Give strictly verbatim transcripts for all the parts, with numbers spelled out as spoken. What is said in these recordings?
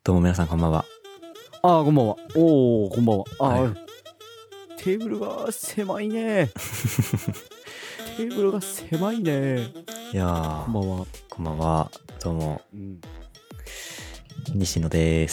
どうも皆さんこんばんは。 ああこんばんは。おおこんばんは。ああ、 はい、 テーブルが狭いね。テーブルが狭いね。 いやーこんばんは。 こんばんは。どうもうん、 西野です。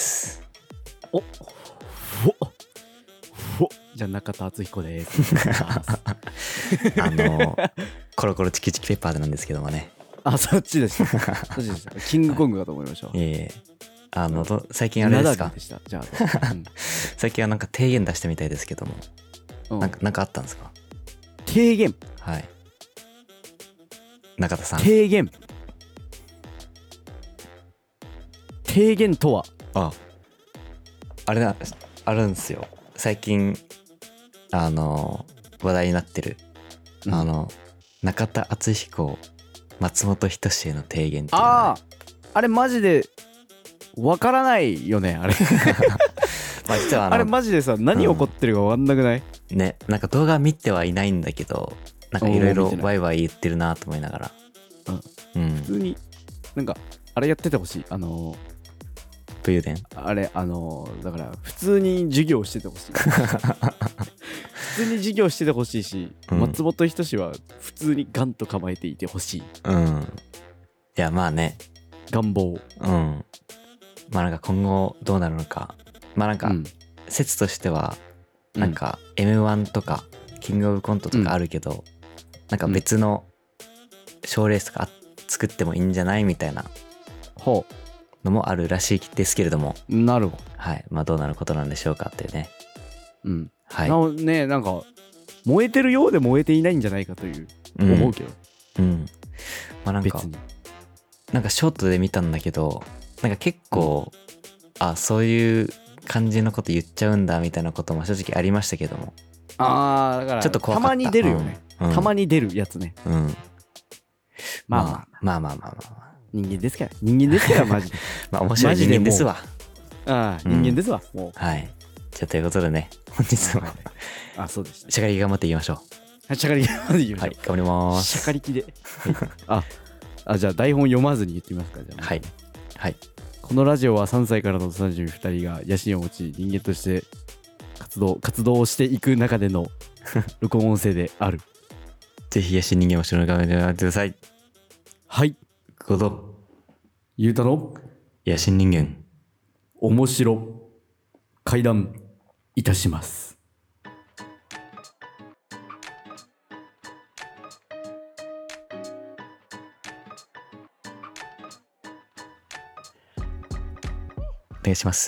おふおふおじゃあ中田敦彦です。 あのコロコロチキチキペッパーズなんですけどもね。 あそっちでした。そっちでした。キングコングかと思いました。 ええあのど最近あれですか。 でしたじゃあ、うん、 最近はなんか提言出したみたいですけども、 うん、 なんかなんかあったんですか。 提言はい。中田さん。 提言提言とは。 あ、あれなあるんですよ。最近あの話題になってる、 うん、 あの中田敦彦松本人志への提言っていうのがね、 あああれマジでわからないよねあれ。 まあ実はあのあれマジでさ何起こってるかわかんなくない？ うん、ね、なんか動画見てはいないんだけど、なんかいろいろワイワイ言ってるなと思いながら、うん、うん、 普通になんかあれやっててほしい。あの武勇伝あれあのだから普通に授業しててほしい。普通に授業しててほしいし、うん、松本人志は普通にガンと構えていてほしい。 うん。いやまあね、 願望。 うん。まあなんか今後どうなるのか、まあなんか説としては、うん、なんか エムワン とかキングオブコントとかあるけど、うん、なんか別の賞レースとか作ってもいいんじゃないみたいなのもあるらしいですけれども、 なるほど。 はい、まあどうなることなんでしょうかっていうね。 うん。 はい。 なおね、なんか燃えてるようで燃えていないんじゃないかという、うん、思うけど。 うん。まあなんか別になんかショートで見たんだけど、なんか結構、うん、あ、そういう感じのこと言っちゃうんだみたいなことも正直ありましたけども。 ああ、だからちょっと怖かった。 たまに出るよね。うん、たまに出るやつね。 うん。 まあまあまあまあまあまあまあ。 人間ですから。人間ですからマジで。 まあ面白い人間ですわ。 ああ、人間ですわ。もう。 はい。じゃあということでね、本日もあ、そうです。 しゃかり頑張っていきましょう。しゃかり頑張っていきましょう。 はい、頑張ります。 しゃかりきで。あ、あ、じゃあ台本読まずに言ってみますか。じゃあ。 はい。はい。 このラジオはさんさいからのさんじゅうふたりが野心を持ち人間として活動活動をしていく中での録音音声である。 ぜひ野心人間を後ろの画面でやってください。 はい。 ごどゆうたの野心人間面白会談いたします。 お願いします。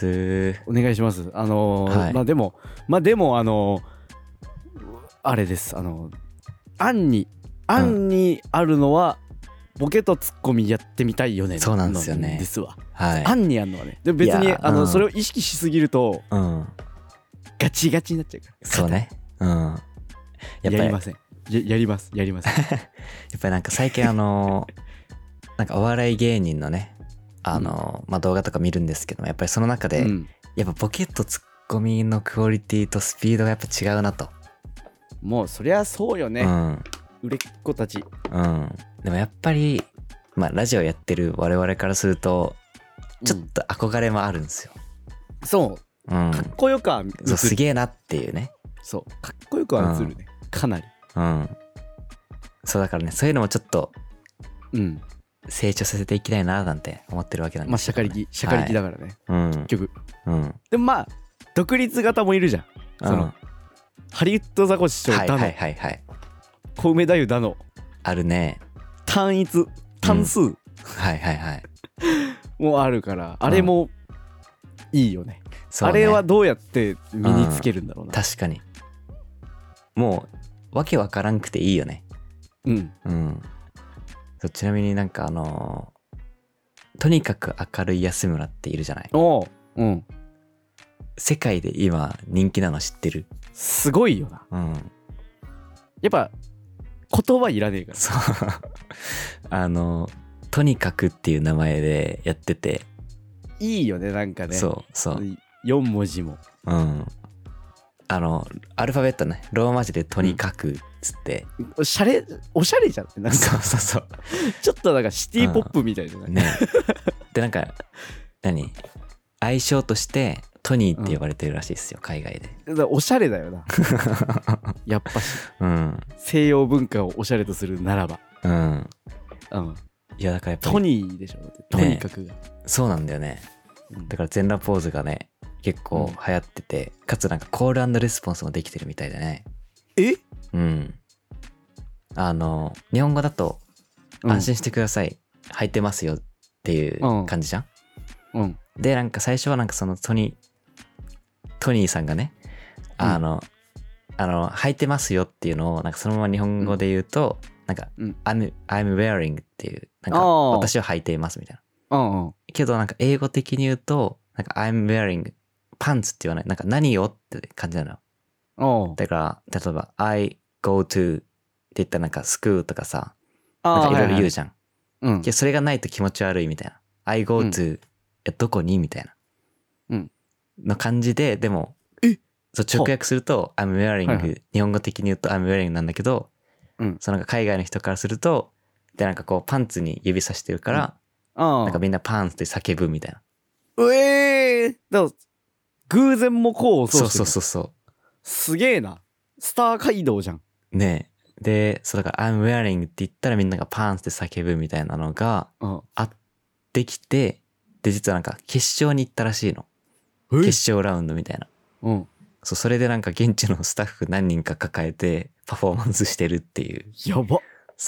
お願いします。あのーはい、まあでもまあでもあのー、あれです。あのー、案に案にあるのは、うん、ボケとツッコミやってみたいよね。 そうなんですよね。 ですわ。 はい。 案にあるのはね。でも別にあの、うん、それを意識しすぎると、うん、ガチガチになっちゃうから。 そうね。うん。やっぱりやりません。や, やりますやります。やっぱりなんか最近あのー、なんかお笑い芸人のね。あの、うん、まあ、動画とか見るんですけども、やっぱりその中で、うん、やっぱボケとツッコミのクオリティとスピードがやっぱ違うなと。 もうそりゃそうよね、うん、売れっ子たち。 うん。でもやっぱり、まあラジオやってる我々からするとちょっと憧れもあるんですよ。 うん、そう、うん、かっこよくは映る。 そうすげえなっていうね。 そうかっこよくは映るね、うん、かなり。 うん。そうだからね、そういうのもちょっと、 うん。 成長させていきたいななんて思ってるわけなんですよ、ね。まあ、しゃかりき、しゃかりきだからね。 はい、 結局。 うん。 でもまあ、独立型もいるじゃん。うん、その、ハリウッドザコシショウだの。はいはいはい、はい。小梅太夫だの。 あるね。 単一、単数。うん、 はいはいはい。 もうあるから、あれもいいよね。うん、あれはどうやって身につけるんだろうな。 うん、確かに。もう、わけわからんくていいよね。 うん。 うん。ちなみになんかあのー、とにかく明るい安村っているじゃない。 おう、うん。 世界で今人気なの知ってる？ すごいよな。 うん。 やっぱ言葉いらねえから。 そう。あのとにかくっていう名前でやってて。 いいよねなんかね。 そうそう。 よん文字も。 うん。あのアルファベットね、ローマ字でとにかく。つっておしゃれおしゃれじゃんってなんかそうそうそうちょっとなんかシティポップみたいな、 ね、ねでなんか何愛称としてトニーって呼ばれてるらしいですよ、うん、海外で。 だからおしゃれだよなやっぱし、うん、西洋文化をおしゃれとするならば、うん、 うん、いやだからやっぱりトニーでしょ、とにかく、 ね、そうなんだよね、うん、だから全裸ポーズがね結構流行ってて、うん、かつなんかコール&レスポンスもできてるみたいだね。 えうんあの日本語だと安心してください、うん、履いてますよっていう感じじゃん、うん、でなんか最初はなんかそのトニートニーさんがねあの、うん、あの履いてますよっていうのをなんかそのまま日本語で言うと、うん、なんか、うん、I'm, I'm wearing っていうなんか私は履いていますみたいな、うん、けどなんか英語的に言うとなんか I'm wearing パンツって言わない、なんか何をって感じなの。だから例えば I go to って言ったらなんかスクーとかさ、なんかいろいろ言うじゃん、はいはい、うん、それがないと気持ち悪いみたいな I go to、うん、どこにみたいな、うん、の感じで、でもえそう直訳すると I'm wearing、はいはい、日本語的に言うと I'm wearing なんだけど、うん、そのなんか海外の人からするとでなんかこうパンツに指さしてるから、うん、なんかみんなパンツって叫ぶみたいな。 うえーだから偶然もこうそうそうそうそうすげえな、スター街道じゃんねえ。でそうだから I'm wearing って言ったらみんながパンツって叫ぶみたいなのがあってきて、で実はなんか決勝に行ったらしいの、決勝ラウンドみたいな、うん、そうそれでなんか現地のスタッフ何人か抱えてパフォーマンスしてるっていう。 やば。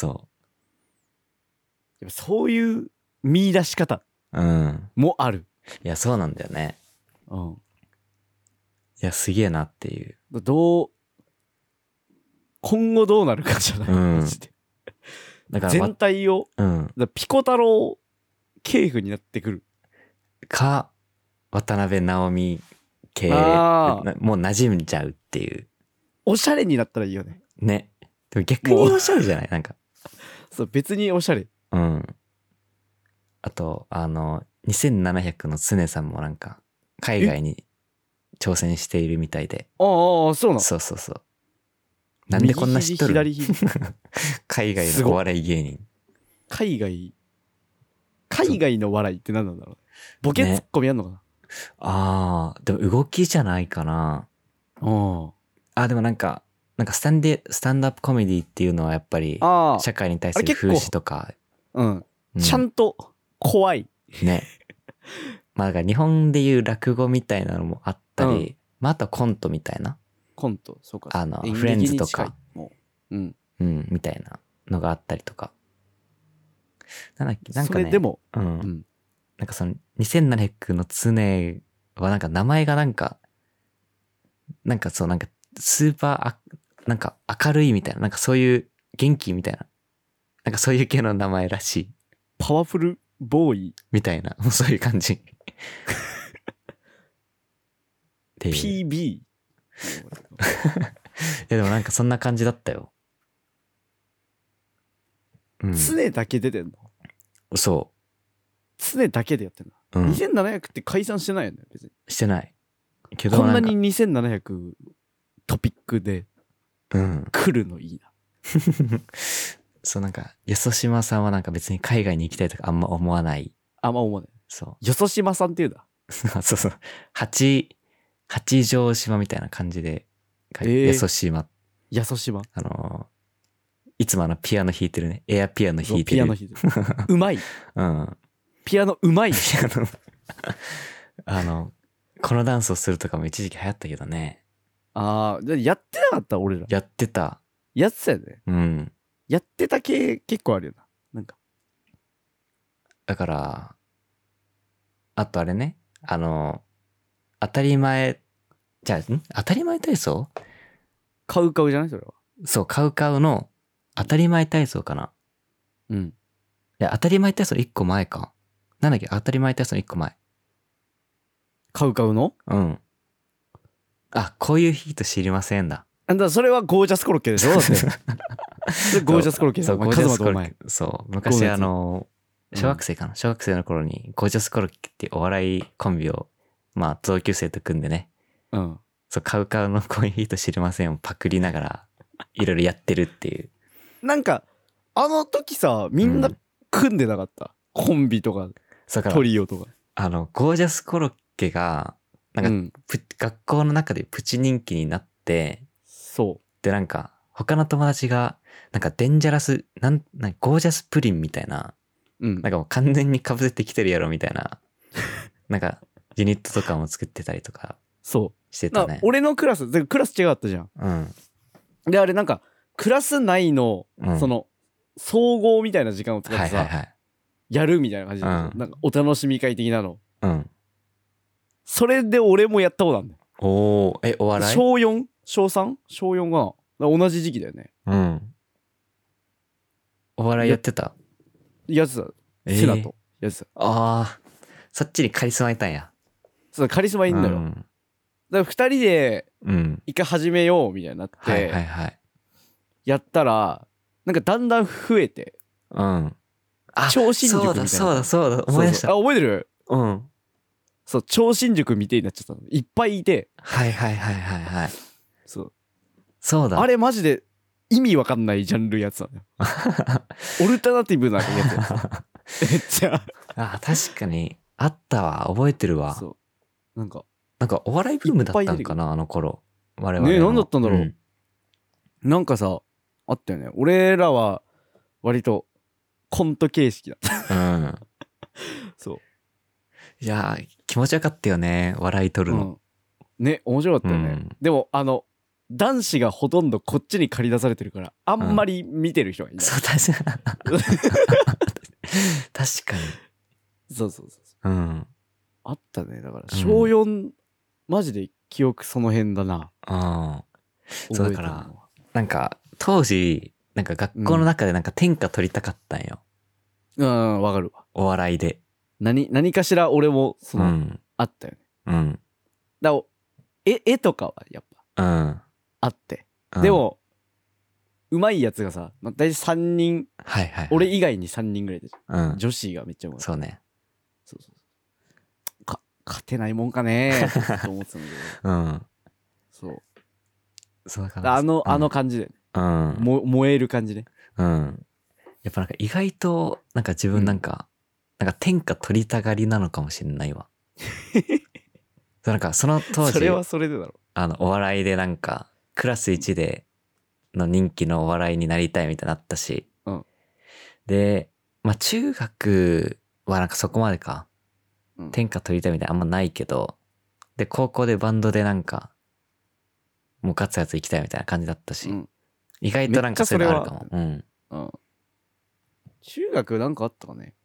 そうそういう見出し方もある、うん、 いやそうなんだよね、うん、いやすげえなっていう。 どう今後どうなるかじゃない、うん、マジでだから全体を、うん、だピコ太郎系譜になってくるか渡辺直美系もう馴染んじゃうっていう。 おしゃれになったらいいよね。 ね。でも逆におしゃれじゃないなんかそう別におしゃれ。 うん。あとあのにせんななひゃくの常さんもなんか海外に挑戦しているみたいで。 ああそうなの。 そうそうそう。なんでこんな知っとるの海外のお笑い芸人。 海外海外の笑いって何なんだろう。ボケツッコミやんのかな、ね、 あーでも動きじゃないかな。ああでもなんかなんかスタンデスタンドアップコメディっていうのはやっぱり社会に対する風刺とか、 うん、うん、ちゃんと怖いねまあだから日本でいう落語みたいなのもあったり、うん、まああとはコントみたいなコントそうかあのフレンズとかうんうんみたいなのがあったりとかなんだっけなんかねそれでも、 うん、うん、なんかそのにせんななひゃくの常はなんか名前がなんかなんかそうなんかスーパーあなんか明るいみたいななんかそういう元気みたいななんかそういう系の名前らしい。 パワフルボーイみたいなもうそういう感じピービー いやでもなんかそんな感じだったよ。 うん、常だけ出てんの。 そう常だけでやってんの、うん、にせんななひゃくって解散してないよね別に。 してないけどこんなににせんななひゃくトピックで来るのいいな、 うん、そうなんかよそしまさんはなんか別に海外に行きたいとかあんま思わない。 あんま思わない。 そうよそしまさんっていうんだそうそう八八丈島みたいな感じで、えー、よそしまやそしまあのー、いつもあのピアノ弾いてるねエアピアノ弾いてる。 ピアノ弾いてるうまいうんピアノうまいピアノあのこのダンスをするとかも一時期流行ったけどね。 ああやってなかった俺ら。 やってたやってたよね。 うんやってた系結構あるよな。なんかだからあとあれねあの当たり前じゃあん当たり前体操カウカウじゃないそれは。 そうカウカウの当たり前体操かな。うんいや当たり前体操いっこまえかなんだっけ当たり前体操いっこまえカウカウのうんあこういう日と知りませんだ。 あんだそれはゴージャスコロッケでしょだってそれゴージャスコロッケそうゴージャスコロッケそう昔あの小学生かな、うん、小学生の頃にゴージャスコロッケっていうお笑いコンビをまあ同級生と組んでねうんそうカウカウのこういう日と知りませんをパクりながらいろいろやってるっていうなんかあの時さみんな組んでなかった、うん、コンビとかトリオとか。 あのゴージャスコロッけがなんか、うん、学校の中でプチ人気になって、 そうでなんか他の友達がなんかデンジャラスなんなんかゴージャスプリンみたいな、うん、なんかもう完全にかぶせてきてるやろみたいななんかユニットとかも作ってたりとかそうしてたね。 俺のクラスクラス違かったじゃん、うん、であれなんかクラス内の、うん、その総合みたいな時間を使ってさ、はいはいはい、やるみたいな感じで、うん、なんかお楽しみ会的なの、うん、それで俺もやったことあるんだよ。 おー、えお笑い小 よん? 小 さん? 小よんが同じ時期だよね。うん。 お笑いやってたやつだ、えー、セナとやつだ。 ああ、そっちにカリスマいたんや。 そうカリスマいんだよ、うん、だからふたりで一回始めようみたいになって、うん、はいはいはい、やったらなんかだんだん増えて、うん、あ超新塾みたいな。 そうだそうだそうだ思い出した。 そうそう、あ覚えてる？うんそう超新塾みてえになっちゃったのいっぱいいて、 はいはいはいはいはい、 そうそうだ、 あれマジで意味わかんないジャンルやつなのよオルタナティブなやつめっちゃあ確かにあったわ、覚えてるわ。 そうなんかなんかお笑いブームだったんかなあの頃我々 ね。何だったんだろう、うん、なんかさあったよね。俺らは割とコント形式だったうんそういや気持ちよかったよね笑い取るの、 うん、ね面白かったよね、うん、でもあの男子がほとんどこっちに借り出されてるからあんまり見てる人がいない、うん、 そう確かに確かにそうそうそう、うん、あったね。だから小よん、うん、マジで記憶その辺だな。あそうだからなんか当時なんか学校の中でなんか天下取りたかったんよ。 うんわかるわ。 お笑いで何何かしら俺もその、うん、あったよね。うんだ絵絵とかはやっぱ、うん、あって、うん、でもうまいやつがさ大体さんにん、はいはいはい、俺以外にさんにんぐらいで、うん、女子がめっちゃうまい。 そうね。 そうそうか勝てないもんかねと思ってたんだけど、うん、そうそうだからあの、うん、あの感じで、ね、うん、も燃える感じね。 うんやっぱなんか意外となんか自分なんか、うん、なんか天下取りたがりなのかもしれないわなんかその当時それはそれでだろ。 あのお笑いでなんかクラスいちでの人気のお笑いになりたいみたいになったし、うん、でまあ中学はなんかそこまでか、うん、天下取りたいみたいなあんまないけど、で高校でバンドでなんかもうガツガツ行きたいみたいな感じだったし、うん、意外となんかそういうのあるかも。うん、うん、 中学なんかあったかね。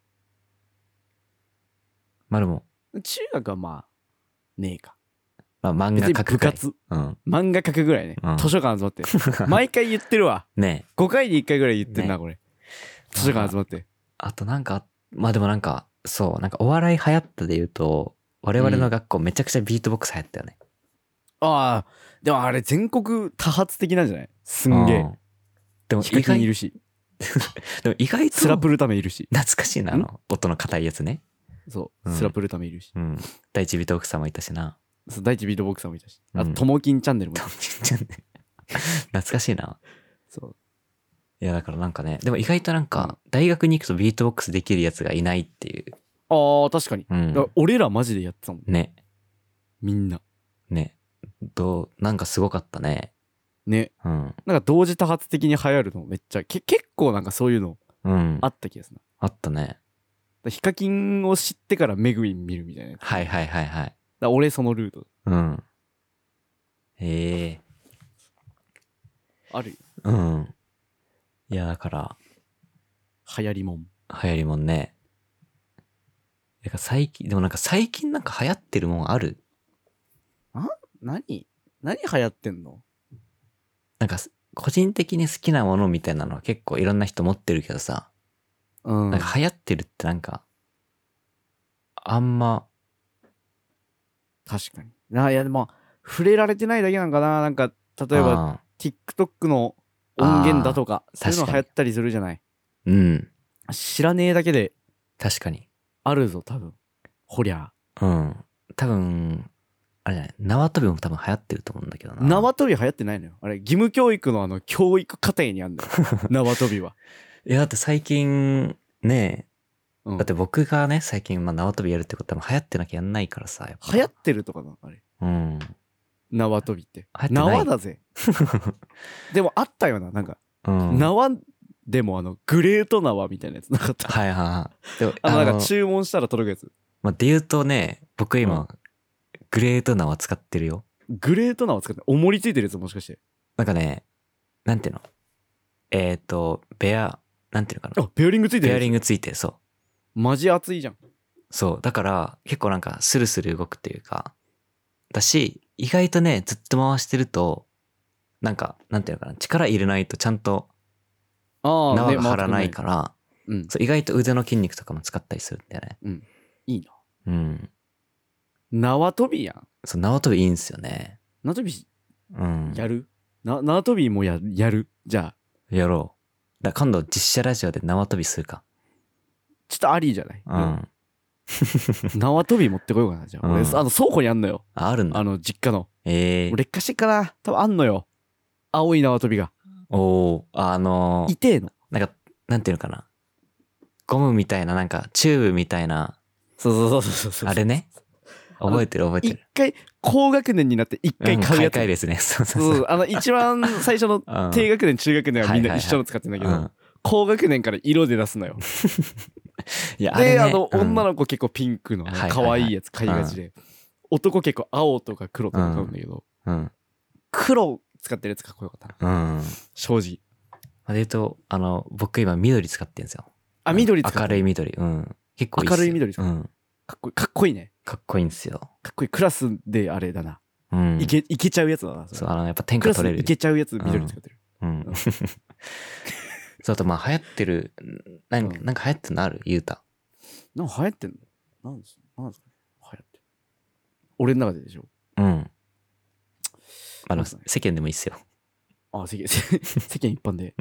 まあでも中学はまあねえか。 まあ漫画描く部活、うん、漫画描くぐらいね、うん、図書館集まって毎回言ってるわね。ごかいにいっかいぐらい言ってるな、ね、これ図書館集まって。 あとなんかまあでもなんかそうなんかお笑い流行ったで言うと我々の学校めちゃくちゃビートボックス流行ったよね、 うん、ああでもあれ全国多発的なんじゃない？すんげえ。でも意外にいるしでも意外とスラプルタメいるし懐かしいなあの音の硬いやつね。 そう、うん、スラプルタメいるし、うん、 第一ビートボックスさんもいたしな。 そう第一ビートボックスさんもいたし、あとともきんチャンネルもいたし、 うん、チャンネル懐かしいな。そういやだからなんかねでも意外となんか大学に行くとビートボックスできるやつがいないっていう。 あー確かに、うん、だから俺らマジでやってたもんね。 みんなねどうなんかすごかったね。 ね、うん、なんか同時多発的に流行るのめっちゃけ結構なんかそういうのあった気がするな、 うん、あったね。 ヒカキンを知ってからメグウィン見るみたいなやつ。 はいはいはいはい。 だ俺そのルート。うんへえあるよ。 うんいやだから流行りもん流行りもんね。だから最近でもなんか最近なんか流行ってるもんある？ あ何何流行ってんの？ なんか個人的に好きなものみたいなのは結構いろんな人持ってるけどさ、うん、なんか流行ってるってなんかあんま確かにないやでも触れられてないだけなんかな。なんか例えば TikTok の音源だとかそういうの流行ったりするじゃない。うん知らねえだけで確かにあるぞ多分ほりゃ。 うん多分あれじゃない縄跳びも多分流行ってると思うんだけどな。 縄跳び流行ってないのよあれ。義務教育のあの教育課程にあんだよ縄跳びは。 いやだって最近ねうん、 だって僕がね、最近、まあ、縄跳びやるってことは流行ってなきゃやんないからさ、やっぱ。 流行ってるとかなあれ。 うん。 縄跳びって。 流行ってない縄だぜ。でもあったよな、なんか。 うん。 縄でもあの、グレート縄みたいなやつなかった。 はいはいはい。でも、 あの、なんあのか注文したら届くやつ。 まあ、で言うとね、僕今、 うんグレート縄使ってるよ。 グレート縄使って重りついてるやつもしかして。 なんかね、なんていうのえっ、ー、と、ベア、なんていうのかな。 あ、ベアリングついてるやつ。 ベアリングついて、そう。 マジ熱いじゃん。 そう。だから、結構なんか、スルスル動くっていうか、だし、意外とね、ずっと回してると、なんか、なんていうのかな、力入れないとちゃんとああ、ね、 縄が張らないから、 うん。 そう意外と腕の筋肉とかも使ったりするんだよね。 うん。いいな。 うん。 縄跳びやん。 そう、縄跳びいいんすよね。 縄跳びうん。 やるな縄跳びもややるじゃあ。 やろう。だ今度実写ラジオで縄跳びするか。 ちょっとありじゃない？ うん。 縄跳び持ってこようかな。じゃあ、 うん俺、あの、倉庫にあんのよ。 あ、あるんだ。 あの、実家の。 ええー。 劣化してっかな。多分あんのよ。青い縄跳びが。 おー、あのー、 痛えの。 なんか、なんていうのかな。ゴムみたいな、なんか、チューブみたいな。 そうそうそうそうそう。 あれね。覚えてる覚えてる。 一回、高学年になって一回買うやつ。 うん、買い替えですね。そうそうそうそう。 あの、一番最初の低学年、中学年はみんな一緒の使ってんだけど、高学年から色で出すのよ。 いや、 で、あ,、ね、あの、 うん、 女の子結構ピンクの可愛いやつ買いがちで、男結構青とか黒とか買うんだけど、 うんうん、 黒使ってるやつかっこよかったな。うん、正直。 で言うと、あの、僕今緑使ってんですよ。 あ、緑使ってる。 明るい緑。うん。結構いいっすよ。明るい緑使ってる。うん。 かっこいい。かっこいいね。 かっこいいんですよ。 かっこいい。クラスであれだな。 うん。 いけ、いけちゃうやつだな。 そ, そう、あの、やっぱ天下取れる。 いけちゃうやつ緑使ってる。うん。うん、 そうと、まあ流行ってる、なんか、なんか流行ってるのあるゆうた。 なんか流行ってんのなんですなんですかね流行ってる。俺の中ででしょうん。あの、世間でもいいっすよ。 ああ、世間、世間一般で。 うん。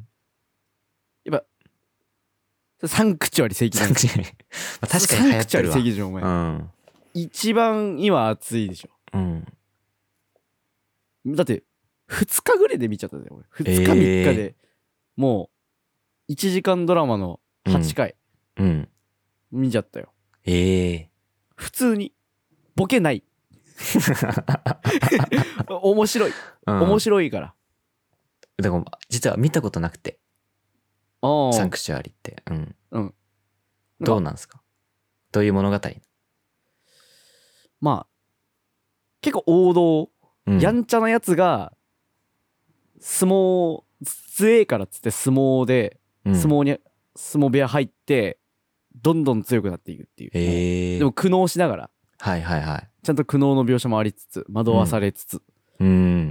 やっぱ、サンクチュアリ正義じゃん。確かに流行ってるわ。 サンクチュアリ正義じゃん、お前。うん。一番今熱いでしょ。うん。だって、二日ぐらいで見ちゃったぜ、俺。二日三日で、もう、いちじかんドラマのはちかい。うん。見ちゃったよ。ええ。普通に。ボケない。面白い。面白いから。 でも、実は見たことなくて。サンクチュアリって。うん。うん。どうなんですか？どういう物語？ まあ、結構王道、うん、やんちゃなやつが、相撲、強えからっつって相撲で、うん、相撲に、相撲部屋入って、どんどん強くなっていくっていう。えー、でも苦悩しながら。はいはいはい。ちゃんと苦悩の描写もありつつ、惑わされつつ。うん、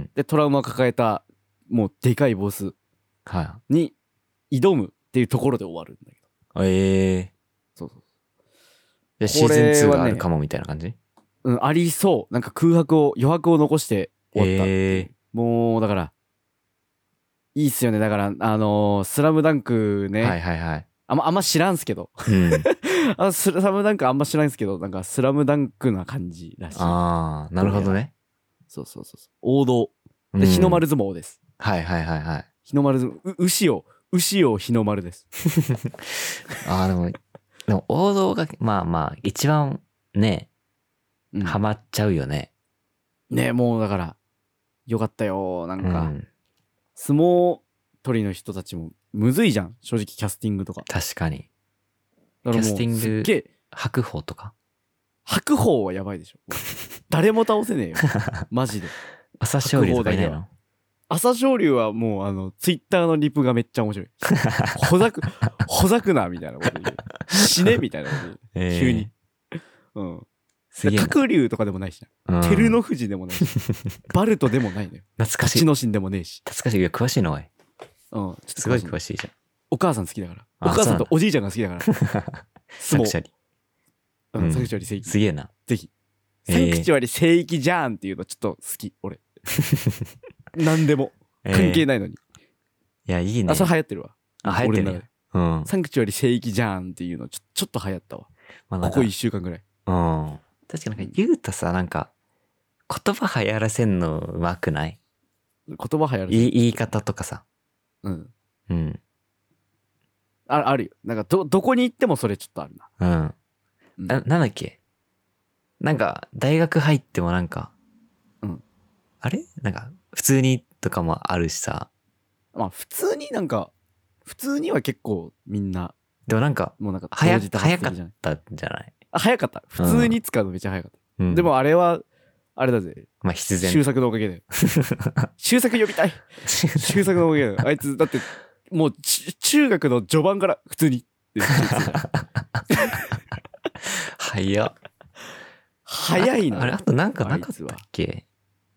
で、トラウマを抱えた、もうでかいボスに挑むっていうところで終わるんだけど。ええー。そうそう。で、シーズンツーがあるかもみたいな感じ？うん、ありそう。なんか空白を、余白を残して終わった。えー、もう、だから、いいっすよね。だから、あのー、スラムダンクね。はいはいはい。あんま、あんま知らんすけど。うん、あスラムダンクあんま知らんすけど、なんかスラムダンクな感じらしい。ああ、なるほどね。そうそうそうそう。王道。で、日の丸相撲です。はいはいはいはい。日の丸相撲。牛を、牛を日の丸です。 ああ、でも、でも王道が、まあまあ、一番ね、うん、ハマっちゃうよね。 ね、もうだから、よかったよ。なんか、うん、相撲取りの人たちもむずいじゃん。正直キャスティングとか。 確かに。だからもうキャスティング、白鵬とか白鵬はやばいでしょ。誰も倒せねえよ。マジで。 朝青龍とかいないの？ 朝青龍はもうあの、ツイッターのリプがめっちゃ面白い。ほざく、ほざくな、みたいなこと言う。死ね、みたいなこと言う。えー、急に。うん。鶴竜とかでもないしな。照ノ富士でもないし。バルトでもないのよ。 懐かしい。 栃ノ心でもねえし。 懐かしい。いや、詳しいのおい。 うん。 すごい詳しいじゃん。 お母さん好きだから。お母さんとおじいちゃんが好きだから。 サンクチュアリ。 うん、サンクチュアリ聖域。 すげえな。 ぜひ。サンクチュアリ聖域じゃんっていうのちょっと好き、俺。何でも。関係ないのに。 いや、いいね。 あ、それ流行ってるわ。 あ、流行ってるね。 うん。サンクチュアリ聖域じゃんっていうのちょちょっと流行ったわ。ここいっしゅうかんぐらい。 うん。確かになんか、ゆうたさ、なんか、言葉流行らせんのうまくない？ 言葉流行らせん。 言い方とかさ。 うん。うん。 ああるよ。なんかどどこに行ってもそれちょっとあるな。 うん。 うん、 ななんだっけ、なんか大学入ってもなんか、 うん、 あれなんか普通にとかもあるしさ。 まあ普通になんか普通には結構みんなでもなんかもうなんか早同時多発早かっ的じゃない。 たんじゃない？ あ早かった。普通に使うのめっちゃ早かった。 うん、 でもあれはあれだぜ。 まあ必然。 修作のおかげで。修作呼びたい。修作のおかげで。あいつだってもう中学の序盤から普通にって言ってたじゃん。 早っ。 早いの。 あれあとなんかなかったっけ？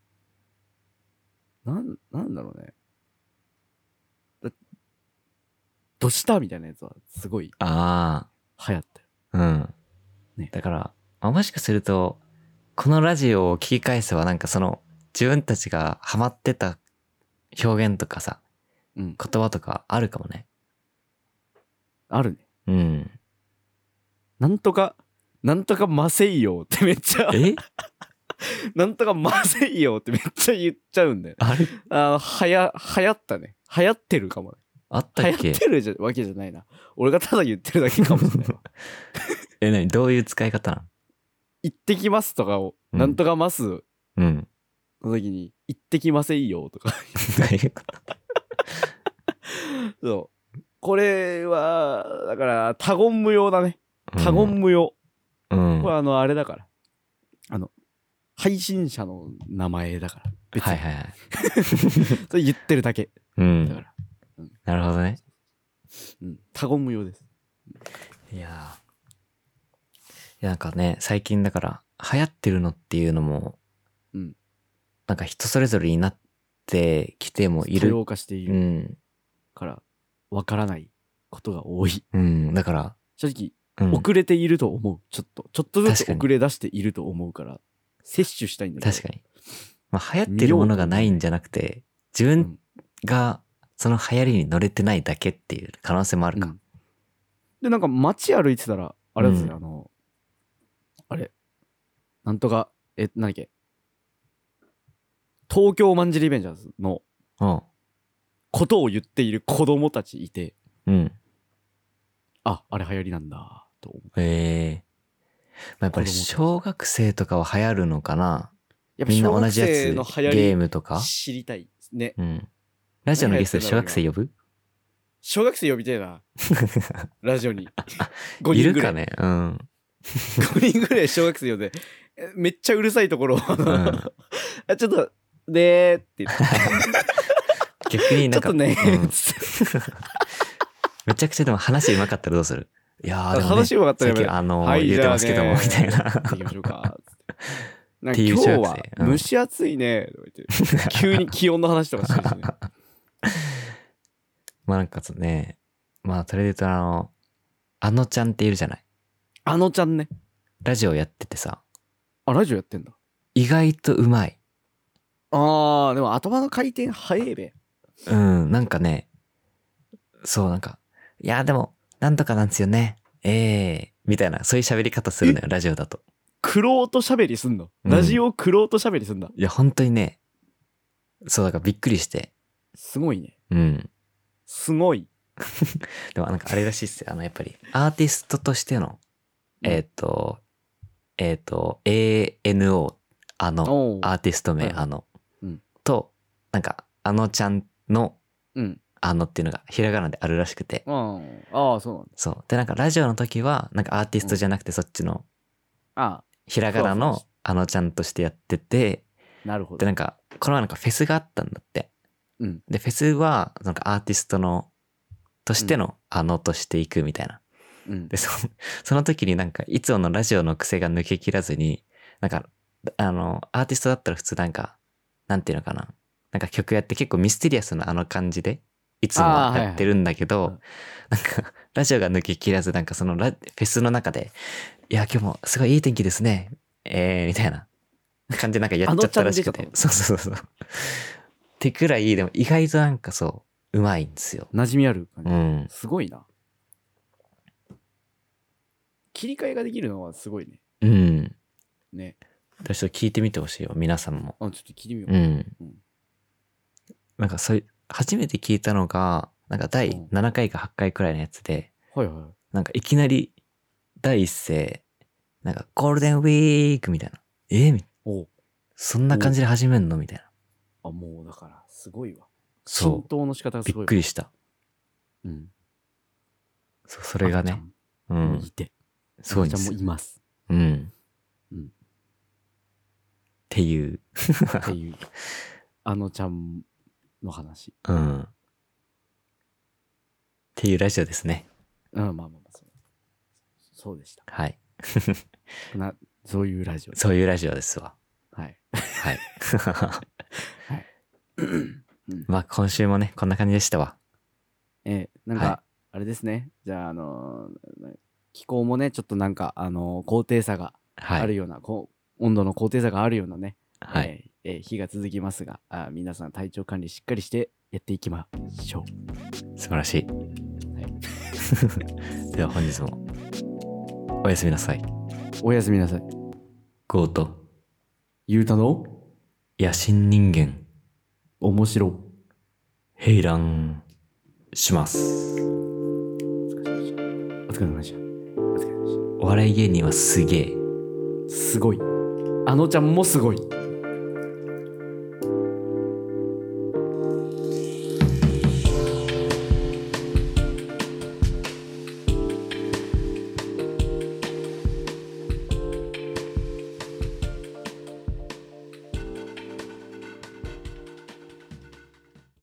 なんなんだろうね。だどしたみたいなやつはすごいあ流行ったよ。 あ、うん。 ね、 だから、まあ、もしかするとこのラジオを聞き返せばなんかその自分たちがハマってた表現とかさ、 うん、 言葉とかあるかもね。 あるね。 うん。 なんとかなんとかませいよってめっちゃえなんとかませいよってめっちゃ言っちゃうんだよ。 あれあのはや流行ったね。流行ってるかもね。 あったっけ？ 流行ってるじゃわけじゃないな。俺がただ言ってるだけかもしれないわ。 え、何どういう使い方なの？ 行ってきますとかを、うん、なんとかますうんの時に行ってきませんよとかそうこれはだから他言無用だね。他言無用、うん、これあのあれだからあの配信者の名前だから別に、はいはいはい、それ言ってるだけ、うん、だから、 うん、なるほどね、 うん、他言無用です。 いやいやなんかね最近だから流行ってるのっていうのも、うん、なんか人それぞれになってきてもいる、 多様化している、うん、からわからないことが多い、 うん、だから正直、うん、遅れていると思う。ちょっとちょっとずつ遅れ出していると思うから摂取したいんだけど。 確かに、まあ、流行ってるものがないんじゃなくて自分がその流行りに乗れてないだけっていう可能性もあるか、うん、 でなんか街歩いてたらあれですね、うん、あのあれなんとかえ何だっけ東京マンジリベンジャーズのことを言っている子供たちいて、うん、ああれ流行りなんだと思う。 へえー、まあ、やっぱり小学生とかは流行るのかな。やっぱみんな同じやつゲームとか知りたいね。 うん。ラジオのゲストで小学生呼ぶ？ 小学生呼びたいな。ラジオにごにんぐらい。いるかね。うん。ごにんぐらい小学生呼んでめっちゃうるさいところを、うん、あちょっとねーって言って逆になんかちょっとねー、うん、 めちゃくちゃでも話上手かったらどうする？いやーでも、ね、 話上手かったらやめあのーはい、言うてますけどもみたいな行きましょうかなんか今日は蒸し暑いねとか言って急に気温の話とかしてるしねまあなんかねまあそれで言うとあのあのちゃんっているじゃない。 あのちゃんね。 ラジオやっててさ。 あ、ラジオやってんだ。 意外とうまい。 あー、でも頭の回転早いべ。 うん、なんかね、そうなんか、いやでも、なんとかなんですよね。ええー、みたいな、そういう喋り方するのよ、ラジオだと。 クロート喋りすんの、うん、ラジオクロート喋りすんだ。 いや、本当にね、そうだからびっくりして。 すごいね。 うん。 すごい。 でもなんかあれらしいっすよ。あの、やっぱり、アーティストとしての、えっ、ー、と、えっ、ー、と、エーエヌオー、あの、アーティスト名、はい、あの、うん、と、なんか、あのちゃんの、うん、あのっていうのがひらがなであるらしくて。 ああ、そうなんだ。 そう。で、なんかラジオの時は、なんかアーティストじゃなくてそっちの、ああ、ひらがなのあのちゃんとしてやってて、 なるほど。 で、なんか、この前なんかフェスがあったんだって。うん。で、フェスは、なんかアーティストの、としてのあのとしていくみたいな。うん、で、そ、その時になんか、いつものラジオの癖が抜けきらずに、なんか、あの、アーティストだったら普通なんか、なんていうのかな。なんか曲やって結構ミステリアスなあの感じで、いつもやってるんだけど、はいはい、なんか、ラジオが抜けきらず、なんかそのラフェスの中で、いや、今日もすごいいい天気ですね。えー、みたいな感じでなんかやっちゃったらしくて。そうそうそう。ってくらい、でも意外となんかそう、うまいんですよ。 馴染みある感じ。 うん。 すごいな。切り替えができるのはすごいね。 うん。 ね。 ちょっと聞いてみてほしいよ、皆さんも。 あ、ちょっと聞いてみよう。 うん。うん、なんかそういう、初めて聞いたのが、 なんかだいななかいかはちかいくらいのやつで、 はいはい。 なんかいきなり第一声、なんかゴールデンウィークみたいな。えみおそんな感じで始めんのみたいな。 あ、もうだからすごいわ。 そう浸透の仕方がすびごいわ。 っくりした。 うん。 そう、それがね。うもういん。 て。 すごいんですよ。 あのちゃんもいます。 うん。 うん。 っていう。 っていう。あのちゃんの話。 うん。っていうラジオですね。 うん、まあまあまあ、そう。そうでした。 はい。 な、そういうラジオ。 そういうラジオですわ。 はい。 はい。 はい。 まあ今週もね、こんな感じでしたわ。 えー、なんはいか、あれですね。じゃあ、あのー気候もね、ちょっとなんか、あのー高低差がはい。 あるような、こう温度の高低差があるようなね、 はい。 えーえー日が続きますが、あ皆さん体調管理しっかりしてやっていきましょ素晴らしい。 う。はい、 では本日もおやすみなさい。 おやすみなさい。 ゴートゆうたの野心人間面白。 平乱します。 お疲れ様でした。お疲れ様でしお笑い芸人はすげえ。 た。すごい。あのちゃんもすごい。